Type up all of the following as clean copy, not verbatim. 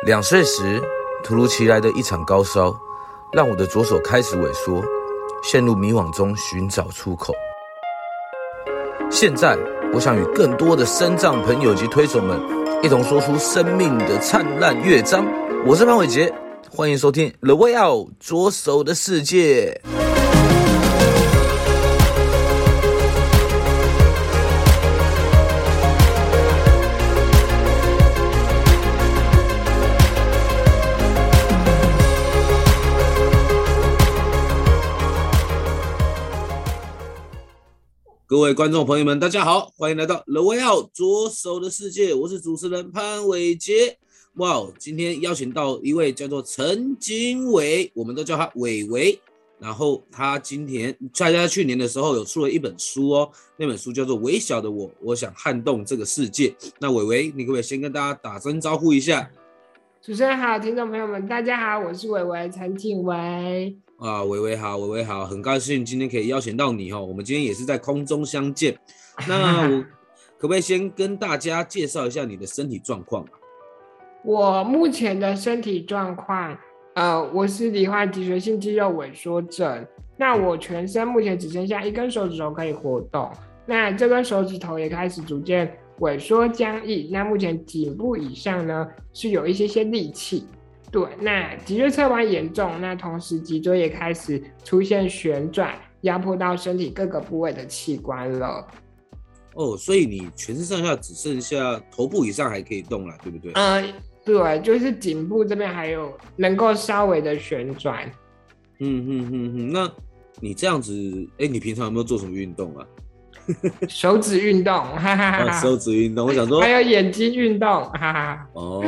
2岁时，突如其来的一场高烧，让我的左手开始萎缩，陷入迷惘中寻找出口。现在，我想与更多的身障朋友及推手们一同说出生命的灿烂乐章。我是潘伟杰，欢迎收听 The Way Out 左手的世界。各位观众朋友们，大家好，欢迎来到 The Way Out 左手的世界，我是主持人潘伟杰。哇，今天邀请到一位叫做陈经纬，我们都叫他伟伟。然后他今年，大家去年的时候有出了一本书哦，那本书叫做《微小的我，我想撼动这个世界》。那伟伟，你可不可以先跟大家打声招呼一下？ 主持人好，听众朋友们，大家好，我是伟伟陈经纬。 伟伟好，伟伟好，很高兴今天可以邀请到你哦。我们今天也是在空中相见。那我可不可以先跟大家介绍一下你的身体状况？ 我目前的身体状况，我是罹患脊髓性肌肉萎缩症。那我全身目前只剩下一根手指头可以活动，那这根手指头也开始逐渐萎缩僵硬。那目前颈部以上呢是有一些力气。对，那脊椎侧弯严重，那同时脊椎也开始出现旋转，压迫到身体各个部位的器官了。 哦，所以你全身上下只剩下头部以上还可以动了，对不对？ 对，就是颈部这边还有能够稍微的旋转。 那你这样子，你平常有没有做什么运动啊？ 手指运动，哈哈哈。 手指运动，我想说还有眼睛运动，哈哈。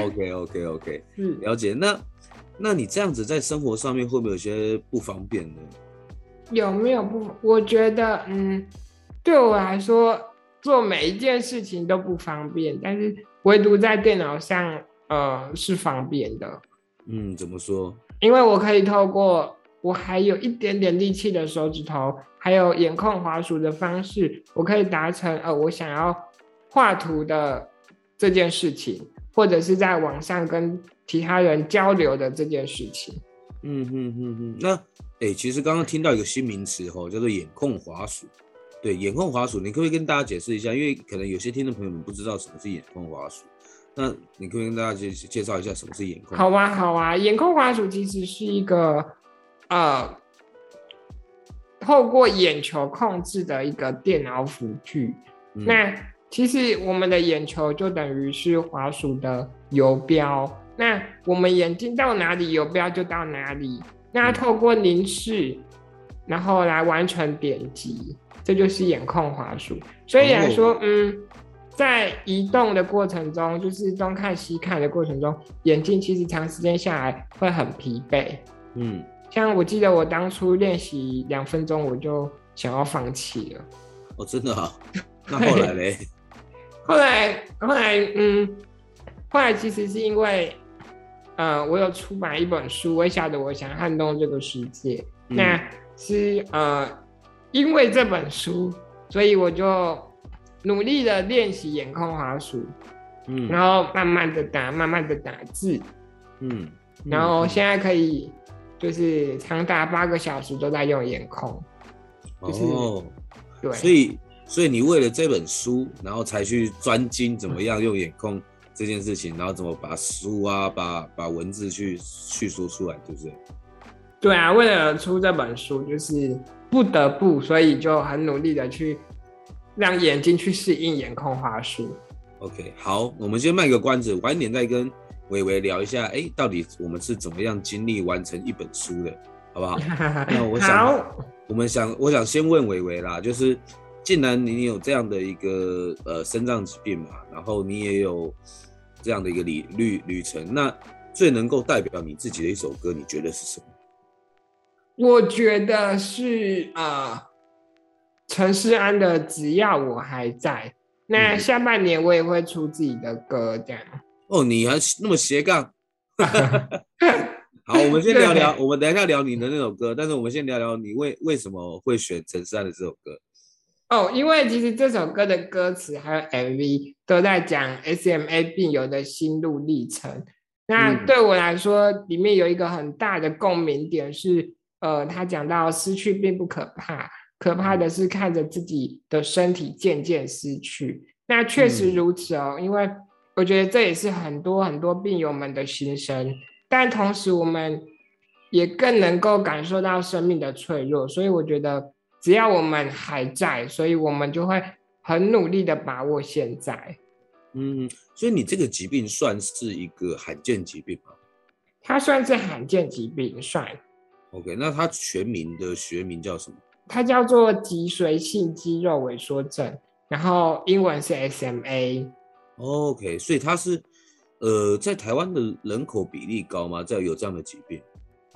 OK， 了解。那你这样子在生活上面会不会有些不方便呢？ 有没有不？我觉得，对我来说，做每一件事情都不方便，但是唯独在电脑上，是方便的。 怎么说？ 因为我可以透过我还有一点点力气的手指头，还有眼控滑鼠的方式，我可以达成我想要画图的这件事情，或者是在网上跟其他人交流的这件事情。 那其实刚刚听到一个新名词叫做眼控滑鼠。对，眼控滑鼠，你可不可以跟大家解释一下？因为可能有些听众朋友们不知道什么是眼控滑鼠，那你可不可以跟大家介绍一下什么是眼控？ 好啊，眼控滑鼠其实是一个透过眼球控制的一个电脑辅具。那其实我们的眼球就等于是滑鼠的游标，那我们眼睛到哪里，游标就到哪里。那透过凝视，然后来完成点击，这就是眼控滑鼠。所以来说，在移动的过程中，就是东看西看的过程中，眼睛其实长时间下来会很疲惫。像我记得我当初练习2分钟，我就想要放弃了。 哦，真的啊？那后来嘞？ 后来其实是因为，我有出版一本书《微小的我想撼动这个世界》。那是因为这本书，所以我就努力的练习眼控滑鼠，然后慢慢的打字，然后现在可以就是长达8个小时都在用眼控。 对，所以你为了这本书，然后才去专精怎么样用眼控这件事情，然后怎么把书啊，把文字去说出来，对不对？ 对啊，为了出这本书，就是不得不，所以就很努力的去让眼睛去适应眼控滑鼠。 OK， 好，我们先卖个关子，晚一点再跟伟伟聊一下，到底我们是怎么样经历完成一本书的，好不好？那我想先问伟伟啦，就是既然你有这样的一个身障疾病嘛，然后你也有这样的一个旅程，那最能够代表你自己的一首歌，你觉得是什么？ 我觉得是陈势安的《只要我还在》。那下半年我也会出自己的歌，这样。 哦，你还那么斜杠。好，我们先聊聊，我们等一下聊你的那首歌，但是我们先聊聊你为什么会选陈势安的这首歌。 因为其实这首歌的歌词还有 MV 都在讲 SMA 病友的心路历程。 那对我来说，里面有一个很大的共鸣点是，他讲到失去并不可怕，可怕的是看着自己的身体渐渐失去。那确实如此哦，因为我觉得这也是很多很多病友们的心声，但同时我们也更能够感受到生命的脆弱，所以我觉得只要我们还在，所以我们就会很努力的把握现在。 所以你这个疾病算是一个罕见疾病吗？ 它算是罕见疾病，算。 OK， 那它全名的学名叫什么？ 它叫做脊髓性肌肉萎缩症，然后英文是 SMA。OK， 所以它是在台湾的人口比例高吗？有这样的疾病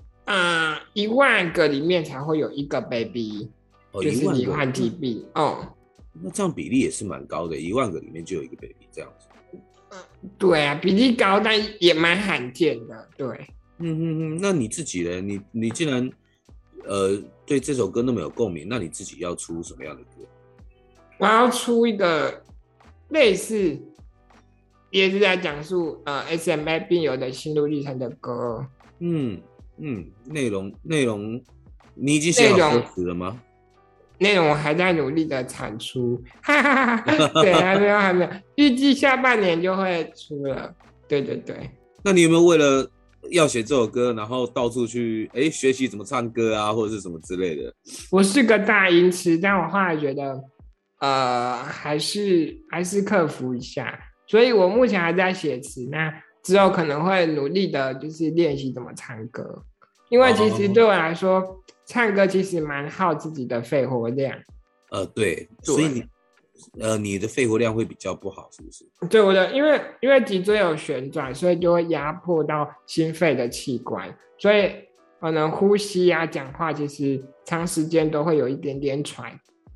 ？10000个里面才会有一个 baby，就是罹患疾病哦。 那这样比例也是蛮高的，10000个里面就有一个 baby 这样子。 对啊，比例高，但也蛮罕见的。对， 那你自己呢？你既然对这首歌那么有共鸣，那你自己要出什么样的歌？ 我要出一个类似，也是在讲述SMA 病友的心路历程的歌。 内容，你已经写好歌词了吗？ 内容我还在努力的产出，对，还没有，预计下半年就会出了。对。 那你有没有为了要写这首歌，然后到处去学习怎么唱歌啊，或者是什么之类的？ 我是个大音痴，但我后来觉得，还是克服一下，所以我目前还在写词，那之后可能会努力的，就是练习怎么唱歌，因为其实对我来说。唱歌其实蛮耗自己的肺活量， 对，所以你的肺活量会比较不好，是不是？ 对，因为脊椎有旋转，所以就会压迫到心肺的器官，所以可能呼吸啊、讲话，其实长时间都会有一点点喘。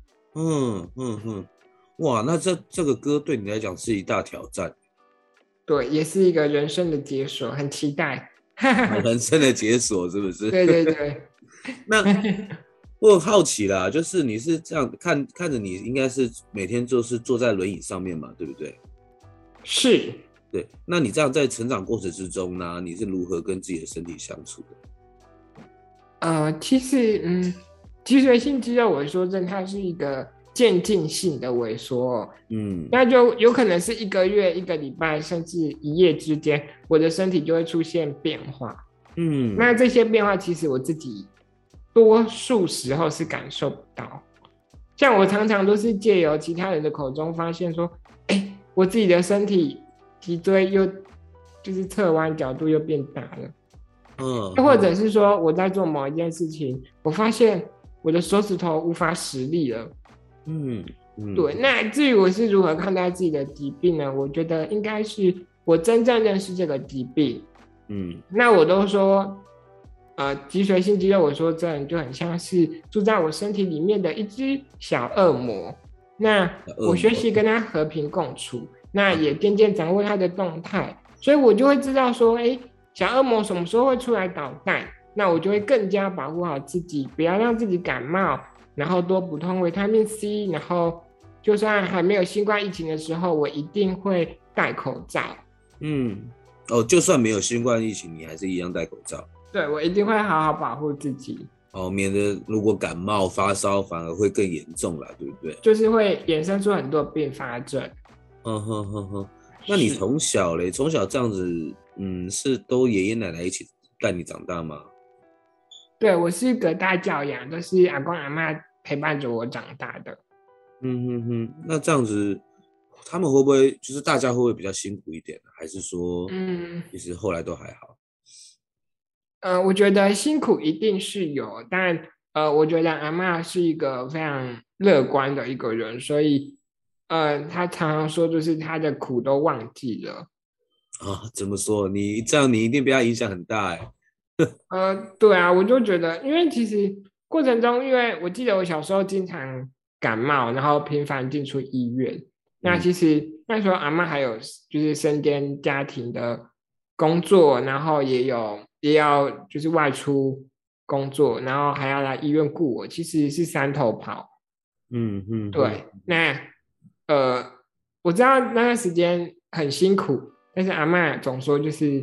哇，那这个歌对你来讲是一大挑战。 对，也是一个人生的解锁，很期待。 人生的解锁是不是？ 对。 那我很好奇啦，就是你是这样看着你应该是每天就是坐在轮椅上面嘛，对不对？ 是。 对，那你这样在成长过程之中呢，你是如何跟自己的身体相处的？其实，脊髓性肌肉萎缩症它是一个渐进性的萎缩，那就有可能是1个月、1个礼拜，甚至1夜之间，我的身体就会出现变化。那这些变化其实我自己多数时候是感受不到，像我常常都是借由其他人的口中发现说，我自己的身体脊椎又就是侧弯角度又变大了，又或者是说我在做某一件事情，我发现我的手指头无法使力了，对。那至于我是如何看待自己的疾病呢？我觉得应该是我真正认识这个疾病，那我都说。脊髓性肌肉萎缩症就很像是住在我身体里面的一只小恶魔，那我学习跟他和平共处，那也渐渐掌握他的动态，所以我就会知道说，小恶魔什么时候会出来捣蛋，那我就会更加保护好自己，不要让自己感冒，然后多补充维他命 C， 然后就算还没有新冠疫情的时候，我一定会戴口罩。 就算没有新冠疫情，你还是一样戴口罩。 对，我一定会好好保护自己， 免得如果感冒发烧反而会更严重了，对不对？ 就是会衍生出很多并发症。 那你从小这样子，是都爷爷奶奶一起带你长大吗？ 对，我是隔代教养，都是阿公阿嬷陪伴着我长大的。 那这样子，他们会不会就是大家会不会比较辛苦一点，还是说，其实后来都还好？ 我觉得辛苦一定是有，但我觉得阿嬷是一个非常乐观的一个人，所以她常常说，就是她的苦都忘记了。 怎么说？你这样，你一定被她影响很大对啊，我就觉得，因为其实过程中，因为我记得我小时候经常感冒，然后频繁进出医院。那其实那时候阿嬷还有就是身兼家庭的工作，然后也要就是外出工作，然后还要来医院顾我，其实是3头跑。对。那我知道那段时间很辛苦，但是阿嬷总说就是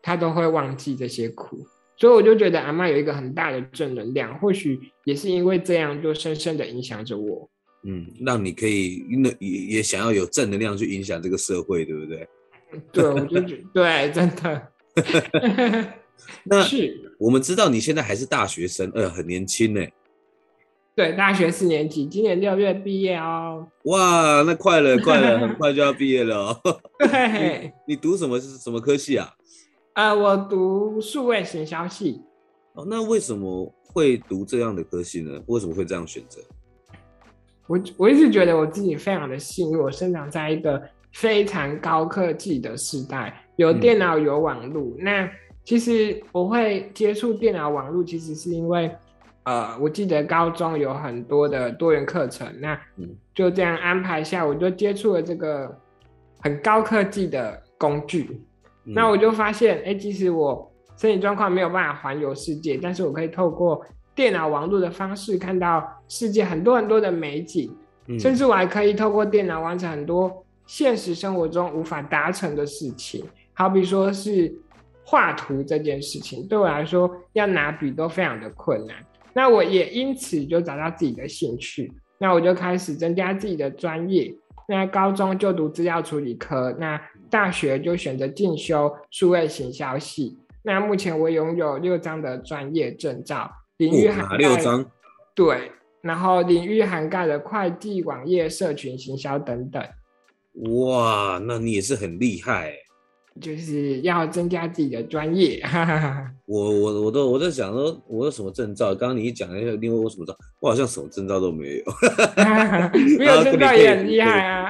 他都会忘记这些苦。所以我就觉得阿嬷有一个很大的正能量，或许也是因为这样，就深深的影响着我。 让你可以也想要有正能量去影响这个社会，对不对？ 对，我就觉得对，真的。 那我们知道你现在还是大学生，很年轻呢。 对，大学4年级，今年6月毕业哦。 哇，那快了，很快就要毕业了哦。 对， 你读什么科系啊？ 我读数位行销系。 那为什么会读这样的科系呢？为什么会这样选择？ 我一直觉得我自己非常的幸运，我生长在一个非常高科技的时代，有电脑有网络。那其实我会接触电脑网络，其实是因为我记得高中有很多的多元课程，那就这样安排下，我就接触了这个很高科技的工具。那我就发现，其实我身体状况没有办法环游世界，但是我可以透过电脑网络的方式看到世界很多很多的美景，甚至我还可以透过电脑完成很多现实生活中无法达成的事情，好比说是画图这件事情，对我来说要拿笔都非常的困难。那我也因此就找到自己的兴趣，那我就开始增加自己的专业。那高中就读资料处理科，那大学就选择进修数位行销系。那目前我拥有6张的专业证照，领域涵盖 6张？ 对，然后领域涵盖了会计、网页、社群行销等等。 哇，那你也是很厉害耶。 就是要增加自己的专业。 我在想说，我有什么证照？刚刚你一讲，另外我什么证？我好像什么证照都没有。 没有证照也很厉害啊。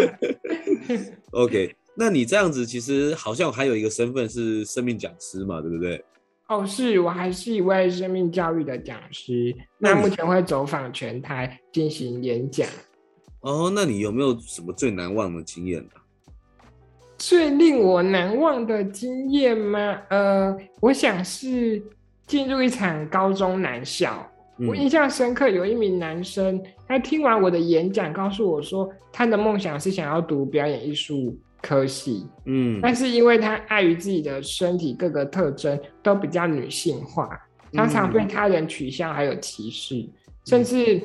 OK， 那你这样子其实好像还有一个身份是生命讲师嘛，对不对？ 是，我还是一位生命教育的讲师。那目前会走访全台进行演讲。 那你有没有什么最难忘的经验呢？ 最令我难忘的经验吗？我想是进入一场高中男校。我印象深刻，有一名男生，他听完我的演讲，告诉我说，他的梦想是想要读表演艺术科系。但是因为他碍于自己的身体各个特征都比较女性化，常常被他人取笑还有歧视，甚至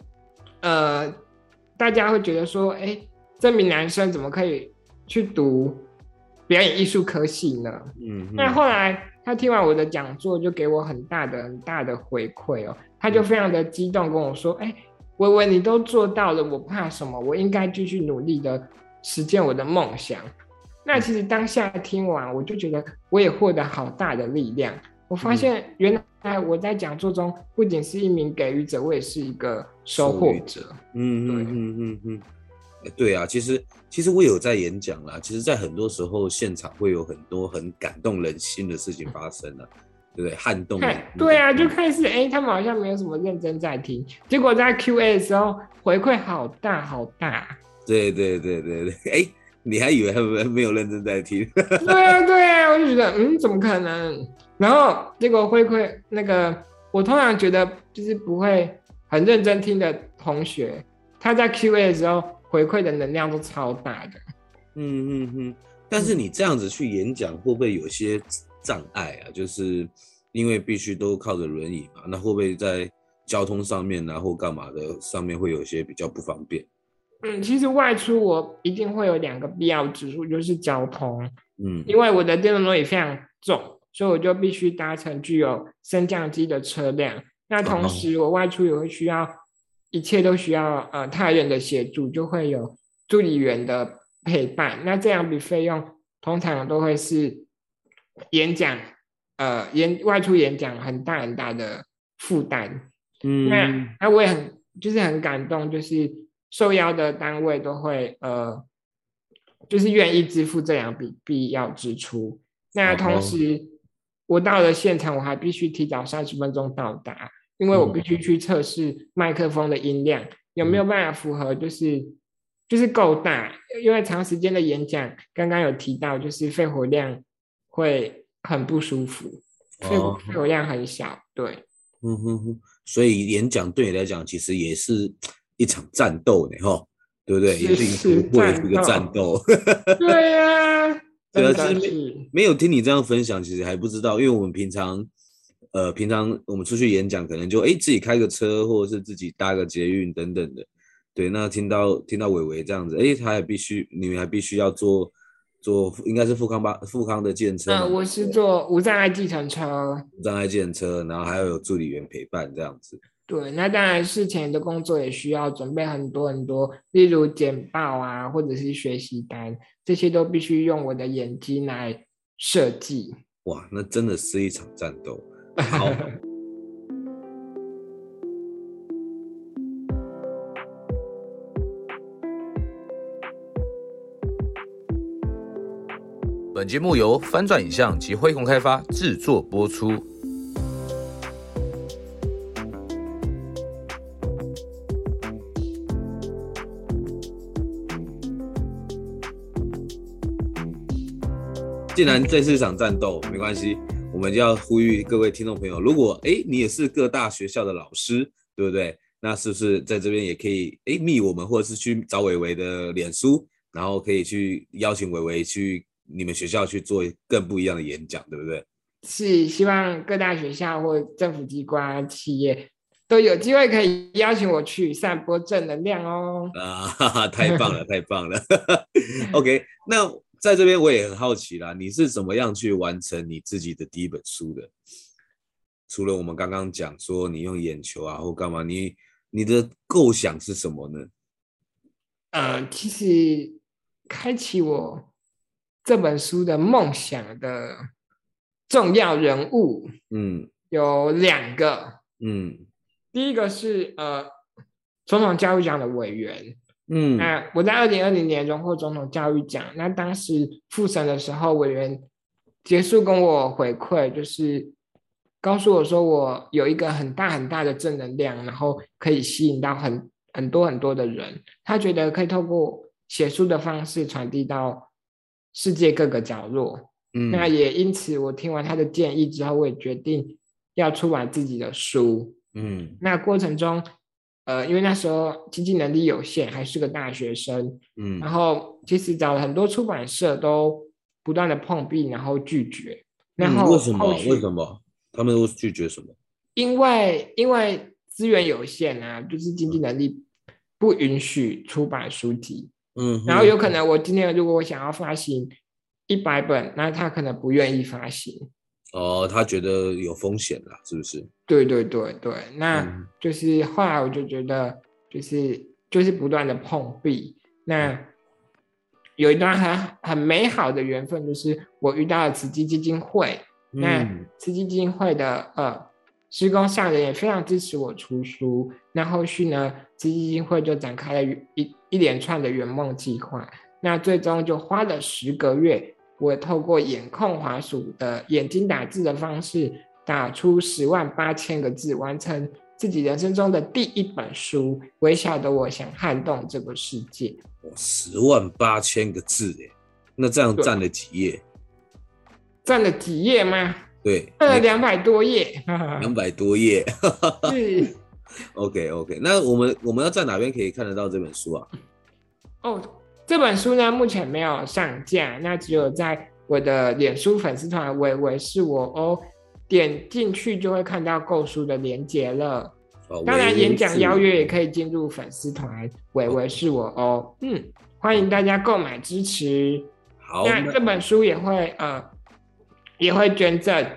大家会觉得说，这名男生怎么可以去读表演艺术科系呢？那后来他听完我的讲座，就给我很大的回馈哦。他就非常的激动跟我说：“维维，你都做到了，我怕什么？我应该继续努力的实践我的梦想。”那其实当下听完，我就觉得我也获得好大的力量。我发现原来我在讲座中不仅是一名给予者，我也是一个收获者。 对啊，其实我有在演讲啦。其实，在很多时候，现场会有很多很感动人心的事情发生了，对不对？撼动。 对啊，就开始他们好像没有什么认真在听，结果在 Q&A 的时候回馈好大好大。 对，你还以为他们没有认真在听？ 对啊，我就觉得怎么可能？然后结果回馈那个，我通常觉得就是不会很认真听的同学，他在 Q&A 的时候回馈的能量都超大的。 但是你这样子去演讲，会不会有些障碍啊？就是因为必须都靠着轮椅嘛，那会不会在交通上面啊，或干嘛的上面会有一些比较不方便？ 其实外出我一定会有2个必要之处，就是交通。因为我的电动轮椅非常重，所以我就必须搭乘具有升降机的车辆。那同时我外出也会需要，一切都需要他人的协助，就会有助理员的陪伴。那这样笔费用通常都会是演讲外出演讲很大的负担。那我也很感动，就是受邀的单位都会就是愿意支付这2笔必要支出。那同时我到了现场，我还必须提早30分钟到达，因为我必须去测试麦克风的音量有没有办法符合，就是够大。因为长时间的演讲，刚刚有提到，就是肺活量会很不舒服，肺活量很小。对， 所以演讲对你来讲，其实也是一场战斗呢，对不对？也是一个战斗。 对啊， 对啊，是没有听你这样分享，其实还不知道，因为我们平常我们出去演讲，可能就自己开个车，或者是自己搭个捷运等等的。对，那听到伟伟这样子，你们还必须要坐应该是富康的计程车嘛？ 我是坐无障碍计程车。 无障碍计程车，然后还要有助理员陪伴这样子。 对，那当然事前的工作也需要准备很多很多，例如简报啊，或者是学习单，这些都必须用我的眼睛来设计。 哇，那真的是一场战斗。好。本节目由翻转影像及恢宏开发制作播出。既然这是一场战斗，没关系，我们就要呼吁各位听众朋友，如果你也是各大学校的老师，对不对？那是不是在这边也可以密我们，或者是去找伟伟的脸书，然后可以去邀请伟伟去你们学校去做更不一样的演讲，对不对？ 是，希望各大学校或政府机关、企业都有机会可以邀请我去散播正能量哦。 太棒了，太棒了。OK， 那在这边我也很好奇啦，你是怎么样去完成你自己的第一本书的？除了我们刚刚讲说你用眼球啊或干嘛，你的构想是什么呢？ 其实开启我这本书的梦想的重要人物，有2个，第一个是总统教育奖的委员，那我在2020年荣获总统教育奖，那当时复审的时候，委员结束跟我回馈，就是告诉我说我有一个很大很大的正能量，然后可以吸引到很多很多的人，他觉得可以透过写书的方式传递到世界各个角落。那也因此我听完他的建议之后，我也决定要出版自己的书。那过程中因为那时候经济能力有限，还是个大学生，然后其实找了很多出版社都不断的碰壁，然后拒绝。然后为什么他们都拒绝什么？ 因为资源有限啊，就是经济能力不允许出版书籍。然后有可能我今天如果我想要发行100本，那他可能不愿意发行。 他觉得有风险啦，是不是？ 对，那就是后来我就觉得就是不断的碰壁。那有一段很美好的缘分，就是我遇到了慈济基金会。那慈济基金会的施工上人也非常支持我出书。那后续呢，慈济基金会就展开了一连串的圆梦计划。那最终就花了10个月，我透过眼控滑鼠的眼睛打字的方式，打出108000个字，完成自己人生中的第一本书《微小的我想撼动这个世界》。 108000个字耶，那这样占了几页？ 占了几页吗？ 对， 占了200多页。 200多页。 是。 OK， 那我们要在哪边可以看得到这本书啊？ 这本书呢目前没有上架，那只有在我的脸书粉丝团伟伟是我哦，点进去就会看到购书的连结了。当然演讲邀约也可以进入粉丝团伟伟是我哦。欢迎大家购买支持。 好， 那这本书也会捐赠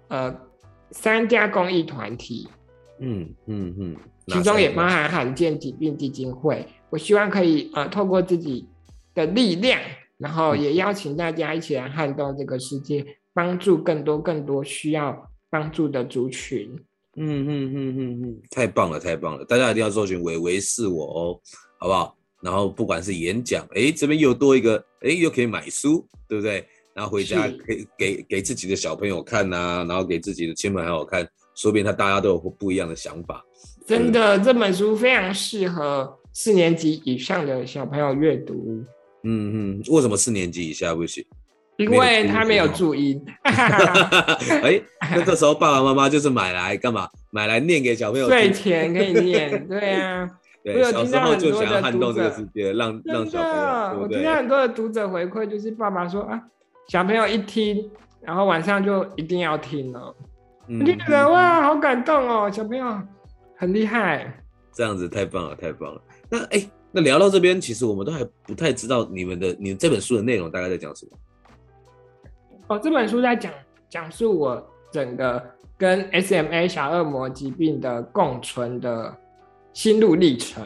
3家公益团体。其中也包含罕见疾病基金会。我希望可以透过自己的力量，然后也邀请大家一起来撼动这个世界，帮助更多需要帮助的族群。 太棒了，太棒了！大家一定要搜寻伟伟是我哦，好不好？然后不管是演讲，这边又多一个，又可以买书，对不对？然后回家可以给自己的小朋友看啊，然后给自己的亲朋好友看，说不定大家都有不一样的想法。 真的，这本书非常适合4年级以上的小朋友阅读。 为什么4年级以下不行？ 因为他没有注音。 那这时候爸爸妈妈就是买来干嘛？买来念给小朋友听， 睡前可以念。对啊。 对，小时候就想要撼动这个世界，让小朋友，对不对？ 我听到很多的读者回馈，就是爸爸说啊， 小朋友一听，然后晚上就一定要听了，我就觉得哇，好感动哦，小朋友很厉害。 这样子太棒了，太棒了。那聊到这边，其实我们都还不太知道你这本书的内容大概在讲什么。 这本书在讲述我整个跟 SMA 小恶魔疾病的共存的心路历程。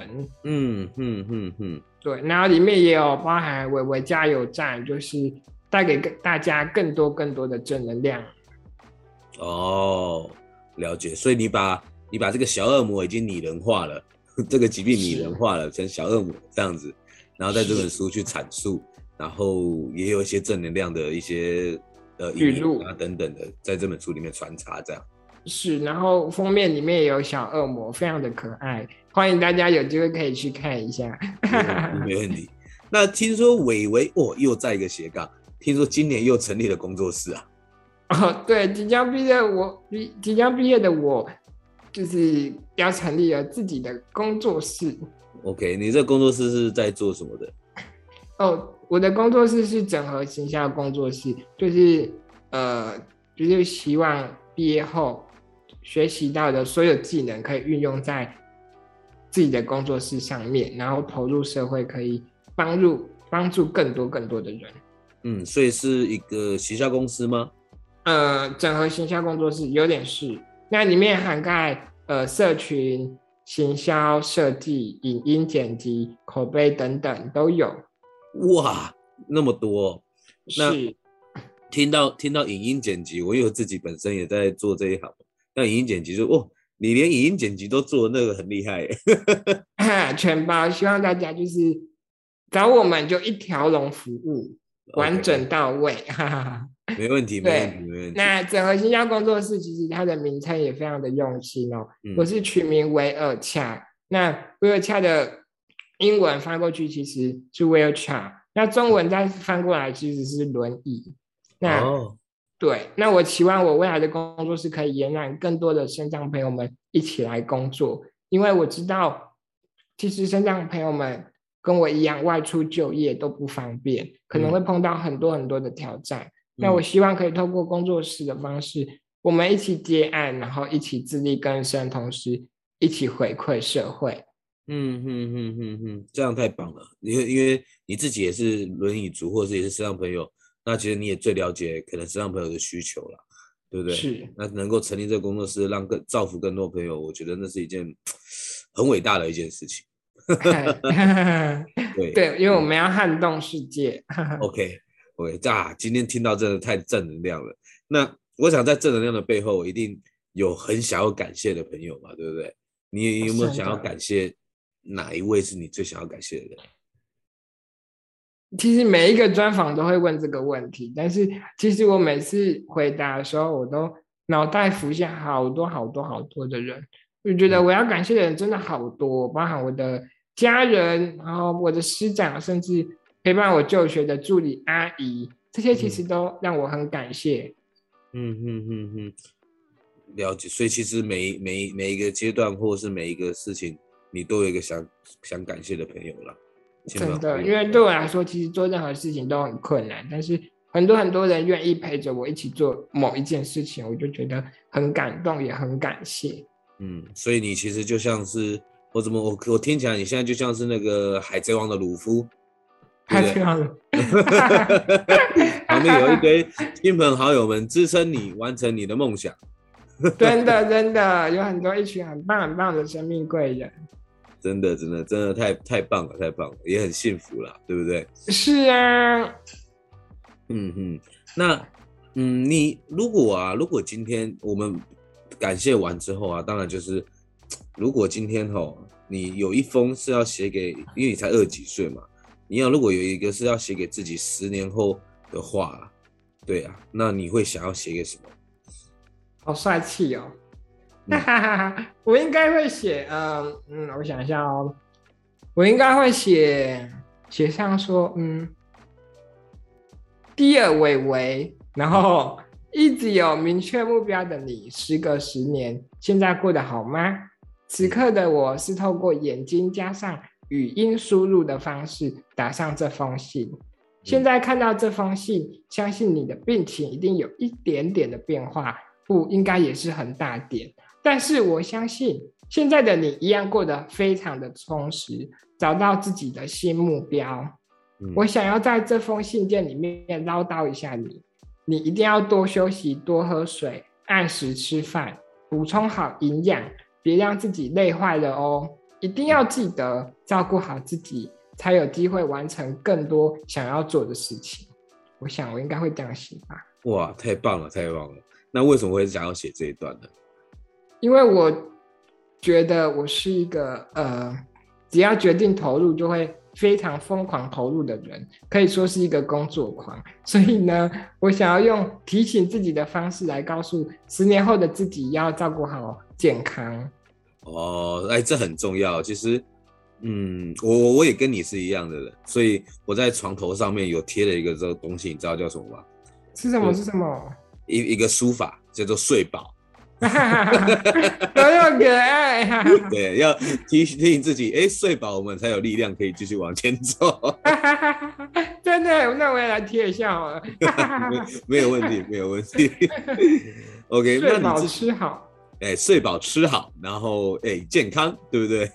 对，然后里面也有包含伟伟加油站，就是带给大家更多的正能量。 哦，了解。所以你把这个小恶魔已经拟人化了，这个疾病拟人化了，成小恶魔这样子，然后在这本书去阐述，然后也有一些正能量的一些语录啊等等的，在这本书里面穿插这样。 是，然后封面里面也有小恶魔，非常的可爱，欢迎大家有机会可以去看一下。 没问题。那听说伟伟又在一个斜杠，听说今年又成立了工作室啊。 对，即将毕业的我，就是要成立了自己的工作室。 OK， 你这工作室是在做什么的？ 我的工作室是整合行销工作室，就是希望毕业后学习到的所有技能可以运用在自己的工作室上面，然后投入社会，可以帮助更多的人。 所以是一个行销公司吗？ 整合行销工作室有点是，那里面涵盖社群行销设计、影音剪辑、口碑等等都有。 哇，那么多！那是听到影音剪辑，我有自己本身也在做这一行。那影音剪辑你连影音剪辑都做，那个很厉害耶。 全包，希望大家就是找我们就一条龙服务，完整到位。 没问题，没问题。 那整合行销工作室其实它的名称也非常的用心哦。我是取名维尔恰，那维尔恰的英文翻过去其实是 wheelchair， 那中文再翻过来其实是轮椅。对，那我期望我未来的工作室可以延揽更多的身障朋友们一起来工作，因为我知道其实身障朋友们跟我一样外出就业都不方便，可能会碰到很多的挑战。那我希望可以透过工作室的方式，我们一起接案，然后一起自力更生，同时一起回馈社会。 这样太棒了。因为你自己也是轮椅族，或者也是身障朋友，那其实你也最了解可能身障朋友的需求了，对不对？ 是。 那能够成立这个工作室，造福更多朋友，我觉得那是一件很伟大的一件事情。 对，因为我们要撼动世界。 OK，今天听到真的太正能量了。那我想在正能量的背后，一定有很想要感谢的朋友嘛，对不对？你有没有想要感谢哪一位是你最想要感谢的人？ 其实每一个专访都会问这个问题，但是其实我每次回答的时候，我都脑袋浮现好多的人，我觉得我要感谢的人真的好多，包含我的家人，然后我的师长，甚至陪伴我就学的助理阿姨，这些其实都让我很感谢。 了解。所以其实每一个阶段或是每一个事情，你都有一个想感谢的朋友了。 真的，因为对我来说，其实做任何事情都很困难，但是很多人愿意陪着我一起做某一件事情，我就觉得很感动，也很感谢。 所以你其实就像是我听起来你现在就像是那个海贼王的鲁夫， 海贼王旁边有一堆亲朋好友们支撑你完成你的梦想。 真的有很多一群很棒的生命贵人。 真的太棒了，也很幸福了，对不对？ 是啊。 那你如果今天我们感谢完之后啊，当然就是如果今天你有一封是要写给，因为你才20几岁嘛，如果有一个是要写给自己10年后的话，对啊，那你会想要写给什么？ 好帅气哦。我应该会写，我想一下哦，我应该会写上说Dear 伟伟，然后一直有明确目标的你，时隔10年，现在过得好吗？此刻的我是透过眼睛加上语音输入的方式打上这封信， 现在看到这封信，相信你的病情一定有一点点的变化，不应该也是很大点。但是我相信现在的你一样过得非常的充实，找到自己的新目标。我想要在这封信件里面唠叨一下你，你一定要多休息，多喝水，按时吃饭，补充好营养，别让自己累坏了哦。一定要记得照顾好自己，才有机会完成更多想要做的事情。我想我应该会这样写吧。 哇，太棒了，太棒了！那为什么会想要写这一段呢？ 因为我觉得我是一个只要决定投入就会非常疯狂投入的人，可以说是一个工作狂。所以呢，我想要用提醒自己的方式来告诉10年后的自己要照顾好健康。 这很重要。其实我也跟你是一样的人，所以我在床头上面有贴了一个这个东西，你知道叫什么吗？ 是什么？是什么？ 一个书法叫做睡饱。 多么可爱对，要提醒自己，睡饱我们才有力量可以继续往前走。 真的，那我也来贴一下好了。 没有问题，没有问题。OK， 睡饱吃好。 睡饱吃好，然后健康，对不对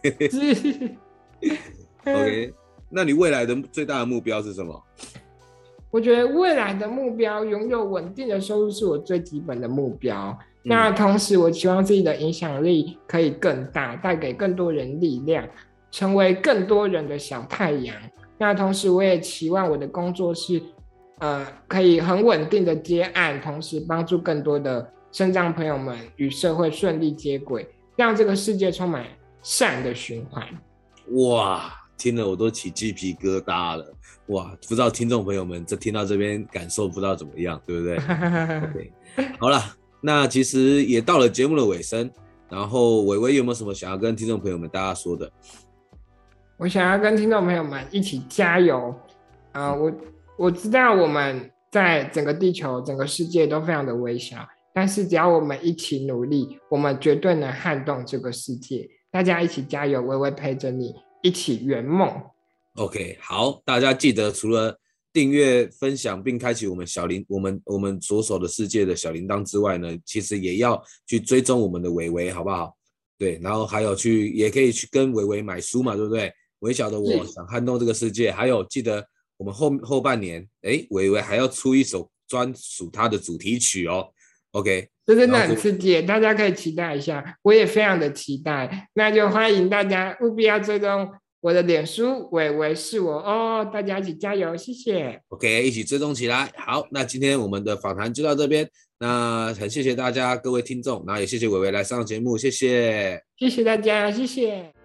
？OK， 那你未来的最大的目标是什么？ 我觉得未来的目标，拥有稳定的收入是我最基本的目标。那同时，我期望自己的影响力可以更大，带给更多人力量，成为更多人的小太阳。那同时，我也期望我的工作是，可以很稳定的接案，同时帮助更多的身障朋友们与社会顺利接轨，让这个世界充满善的循环。 哇，听了我都起鸡皮疙瘩了。哇，不知道听众朋友们听到这边感受不知道怎么样，对不对？Okay， 好了，那其实也到了节目的尾声，然后伟伟有没有什么想要跟听众朋友们大家说的？ 我想要跟听众朋友们一起加油。我知道我们在整个地球、整个世界都非常的微小，但是只要我们一起努力，我们绝对能撼动这个世界。大家一起加油，微微陪着你，一起圆梦。 OK， 好，大家记得除了订阅、分享并开启我们我们左手的世界的小铃铛之外呢，其实也要去追踪我们的伟伟，好不好？对，然后还有也可以去跟伟伟买书嘛，对不对？微小的我想撼动这个世界，还有记得我们后半年，伟伟还要出一首专属他的主题曲哦。OK， 这真的很刺激，大家可以期待一下，我也非常的期待。那就欢迎大家务必要追踪我的脸书，伟伟是我哦，大家一起加油，谢谢。 OK， 一起追踪起来。好，那今天我们的访谈就到这边，那很谢谢大家各位听众，然后也谢谢伟伟来上节目，谢谢， 谢谢大家，谢谢。